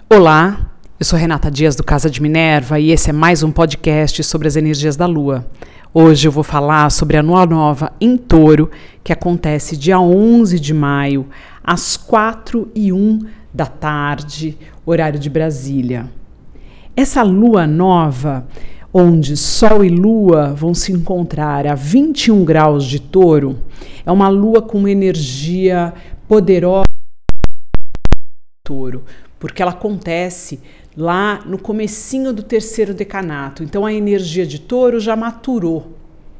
Olá, eu sou Renata Dias do Casa de Minerva e esse é mais um podcast sobre as energias da Lua. Hoje eu vou falar sobre a Lua Nova em Touro, que acontece dia 11 de maio, às 4h01 da tarde, horário de Brasília. Essa Lua Nova, onde Sol e Lua vão se encontrar a 21 graus de Touro, é uma Lua com uma energia poderosa de Touro, porque ela acontece lá no comecinho do terceiro decanato. Então a energia de Touro já maturou.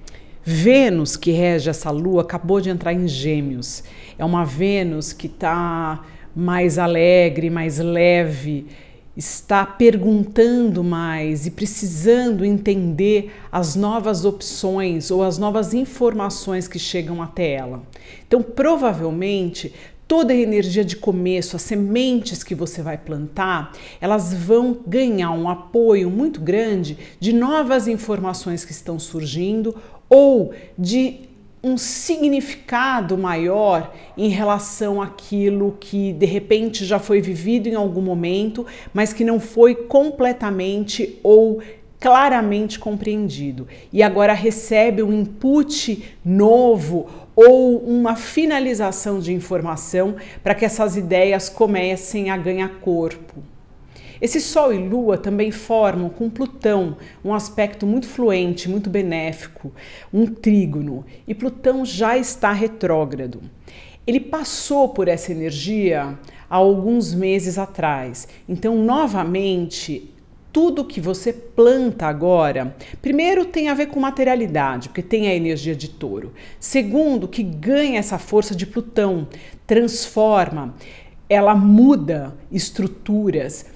Vênus, que rege essa lua, acabou de entrar em Gêmeos. É uma Vênus que está mais alegre, mais leve, está perguntando mais e precisando entender as novas opções ou as novas informações que chegam até ela. Então, provavelmente, toda a energia de começo, as sementes que você vai plantar, elas vão ganhar um apoio muito grande de novas informações que estão surgindo ou de um significado maior em relação àquilo que de repente já foi vivido em algum momento, mas que não foi completamente ou claramente compreendido. E agora recebe um input novo ou uma finalização de informação para que essas ideias comecem a ganhar corpo. Esse Sol e Lua também formam com Plutão um aspecto muito fluente, muito benéfico, um trígono, e Plutão já está retrógrado. Ele passou por essa energia há alguns meses atrás, então novamente tudo que você planta agora, primeiro tem a ver com materialidade, porque tem a energia de Touro. Segundo, que ganha essa força de Plutão, transforma, ela muda estruturas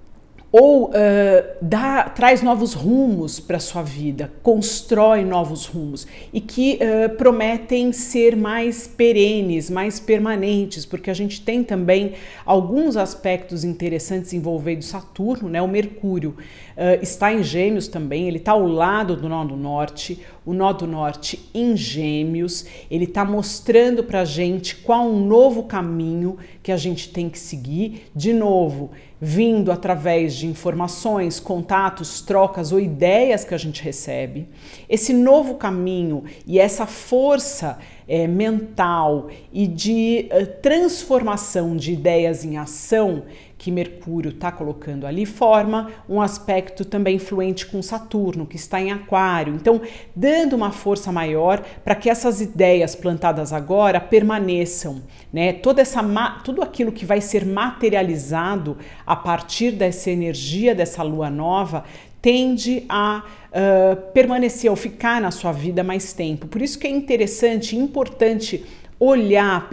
ou traz novos rumos para a sua vida, constrói novos rumos e que prometem ser mais perenes, mais permanentes, porque a gente tem também alguns aspectos interessantes envolvendo Saturno, né? O Mercúrio está em Gêmeos também, ele está ao lado do nó do norte, o nó do norte em Gêmeos, ele está mostrando para a gente qual um novo caminho que a gente tem que seguir, de novo, vindo através de informações, contatos, trocas ou ideias que a gente recebe. Esse novo caminho e essa força mental e de transformação de ideias em ação que Mercúrio está colocando ali, forma um aspecto também fluente com Saturno, que está em Aquário. Então, dando uma força maior para que essas ideias plantadas agora permaneçam, né? Tudo aquilo que vai ser materializado a partir dessa energia dessa lua nova tende a permanecer ou ficar na sua vida mais tempo. Por isso que é interessante e importante olhar,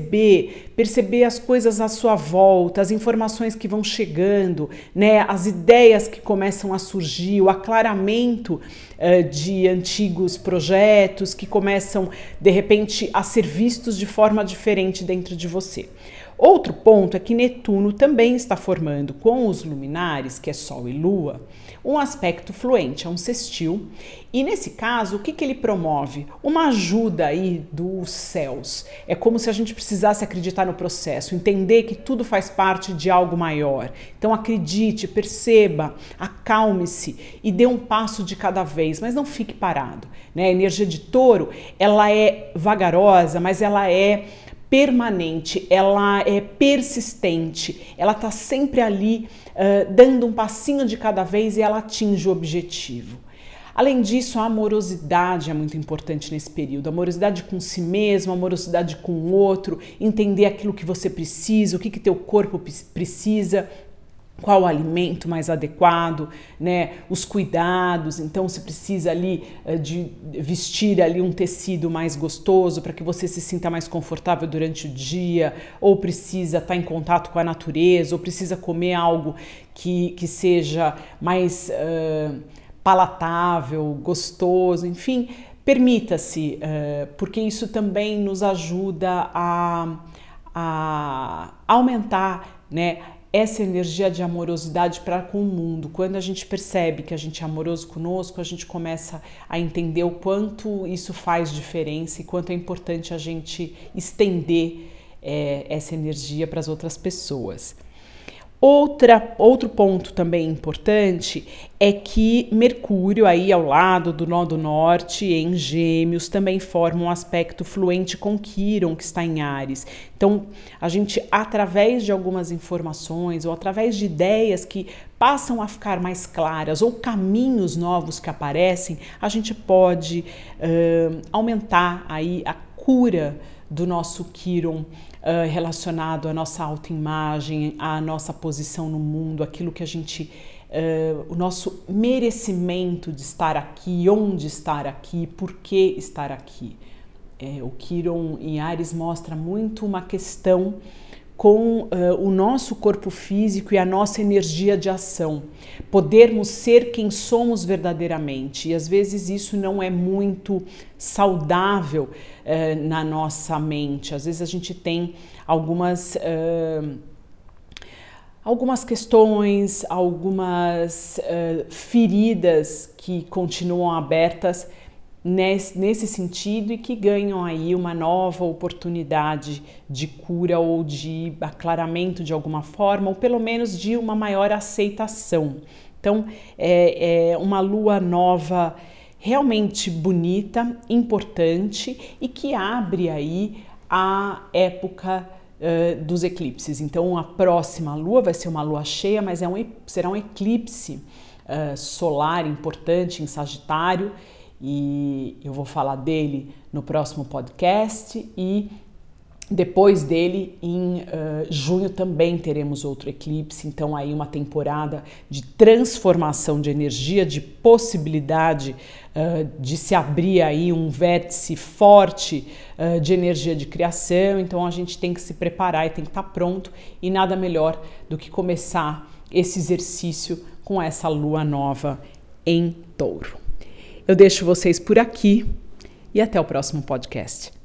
perceber as coisas à sua volta, as informações que vão chegando, né, as ideias que começam a surgir, o aclaramento de antigos projetos que começam, de repente, a ser vistos de forma diferente dentro de você. Outro ponto é que Netuno também está formando com os luminares, que é Sol e Lua, um aspecto fluente, é um sextil, e nesse caso, o que ele promove? Uma ajuda aí dos céus. É como se a gente precisasse acreditar no processo, entender que tudo faz parte de algo maior. Então acredite, perceba, acalme-se e dê um passo de cada vez, mas não fique parado, né? A energia de Touro, ela é vagarosa, mas ela é permanente, ela é persistente, ela está sempre ali dando um passinho de cada vez e ela atinge o objetivo. Além disso, a amorosidade é muito importante nesse período, amorosidade com si mesmo, amorosidade com o outro, entender aquilo que você precisa, o que teu corpo precisa, qual o alimento mais adequado, né? Os cuidados. Então você precisa ali de vestir ali um tecido mais gostoso para que você se sinta mais confortável durante o dia, ou precisa estar em contato com a natureza, ou precisa comer algo que seja mais palatável, gostoso, enfim, permita-se, porque isso também nos ajuda a aumentar, né, essa energia de amorosidade para com o mundo. Quando a gente percebe que a gente é amoroso conosco, a gente começa a entender o quanto isso faz diferença e quanto é importante a gente estender essa energia para as outras pessoas. Outro ponto também importante é que Mercúrio, aí ao lado do nó do norte, em Gêmeos, também forma um aspecto fluente com Quirón, que está em Áries. Então, a gente, através de algumas informações ou através de ideias que passam a ficar mais claras ou caminhos novos que aparecem, a gente pode aumentar aí a cura do nosso Quirón, relacionado à nossa autoimagem, à nossa posição no mundo, aquilo que a gente, o nosso merecimento de estar aqui, onde estar aqui, por que estar aqui. O Quirón em Áries mostra muito uma questão com o nosso corpo físico e a nossa energia de ação, podermos ser quem somos verdadeiramente, e às vezes isso não é muito saudável na nossa mente. Às vezes a gente tem algumas questões, algumas feridas que continuam abertas nesse sentido e que ganham aí uma nova oportunidade de cura ou de aclaramento de alguma forma, ou pelo menos de uma maior aceitação. Então, é uma lua nova realmente bonita, importante e que abre aí a época dos eclipses. Então, a próxima lua vai ser uma lua cheia, mas será um eclipse solar importante em Sagitário, e eu vou falar dele no próximo podcast, e depois dele, em junho, também teremos outro eclipse. Então aí uma temporada de transformação de energia, de possibilidade de se abrir aí um vértice forte de energia de criação. Então a gente tem que se preparar e tem que estar pronto, e nada melhor do que começar esse exercício com essa lua nova em Touro. Eu deixo vocês por aqui e até o próximo podcast.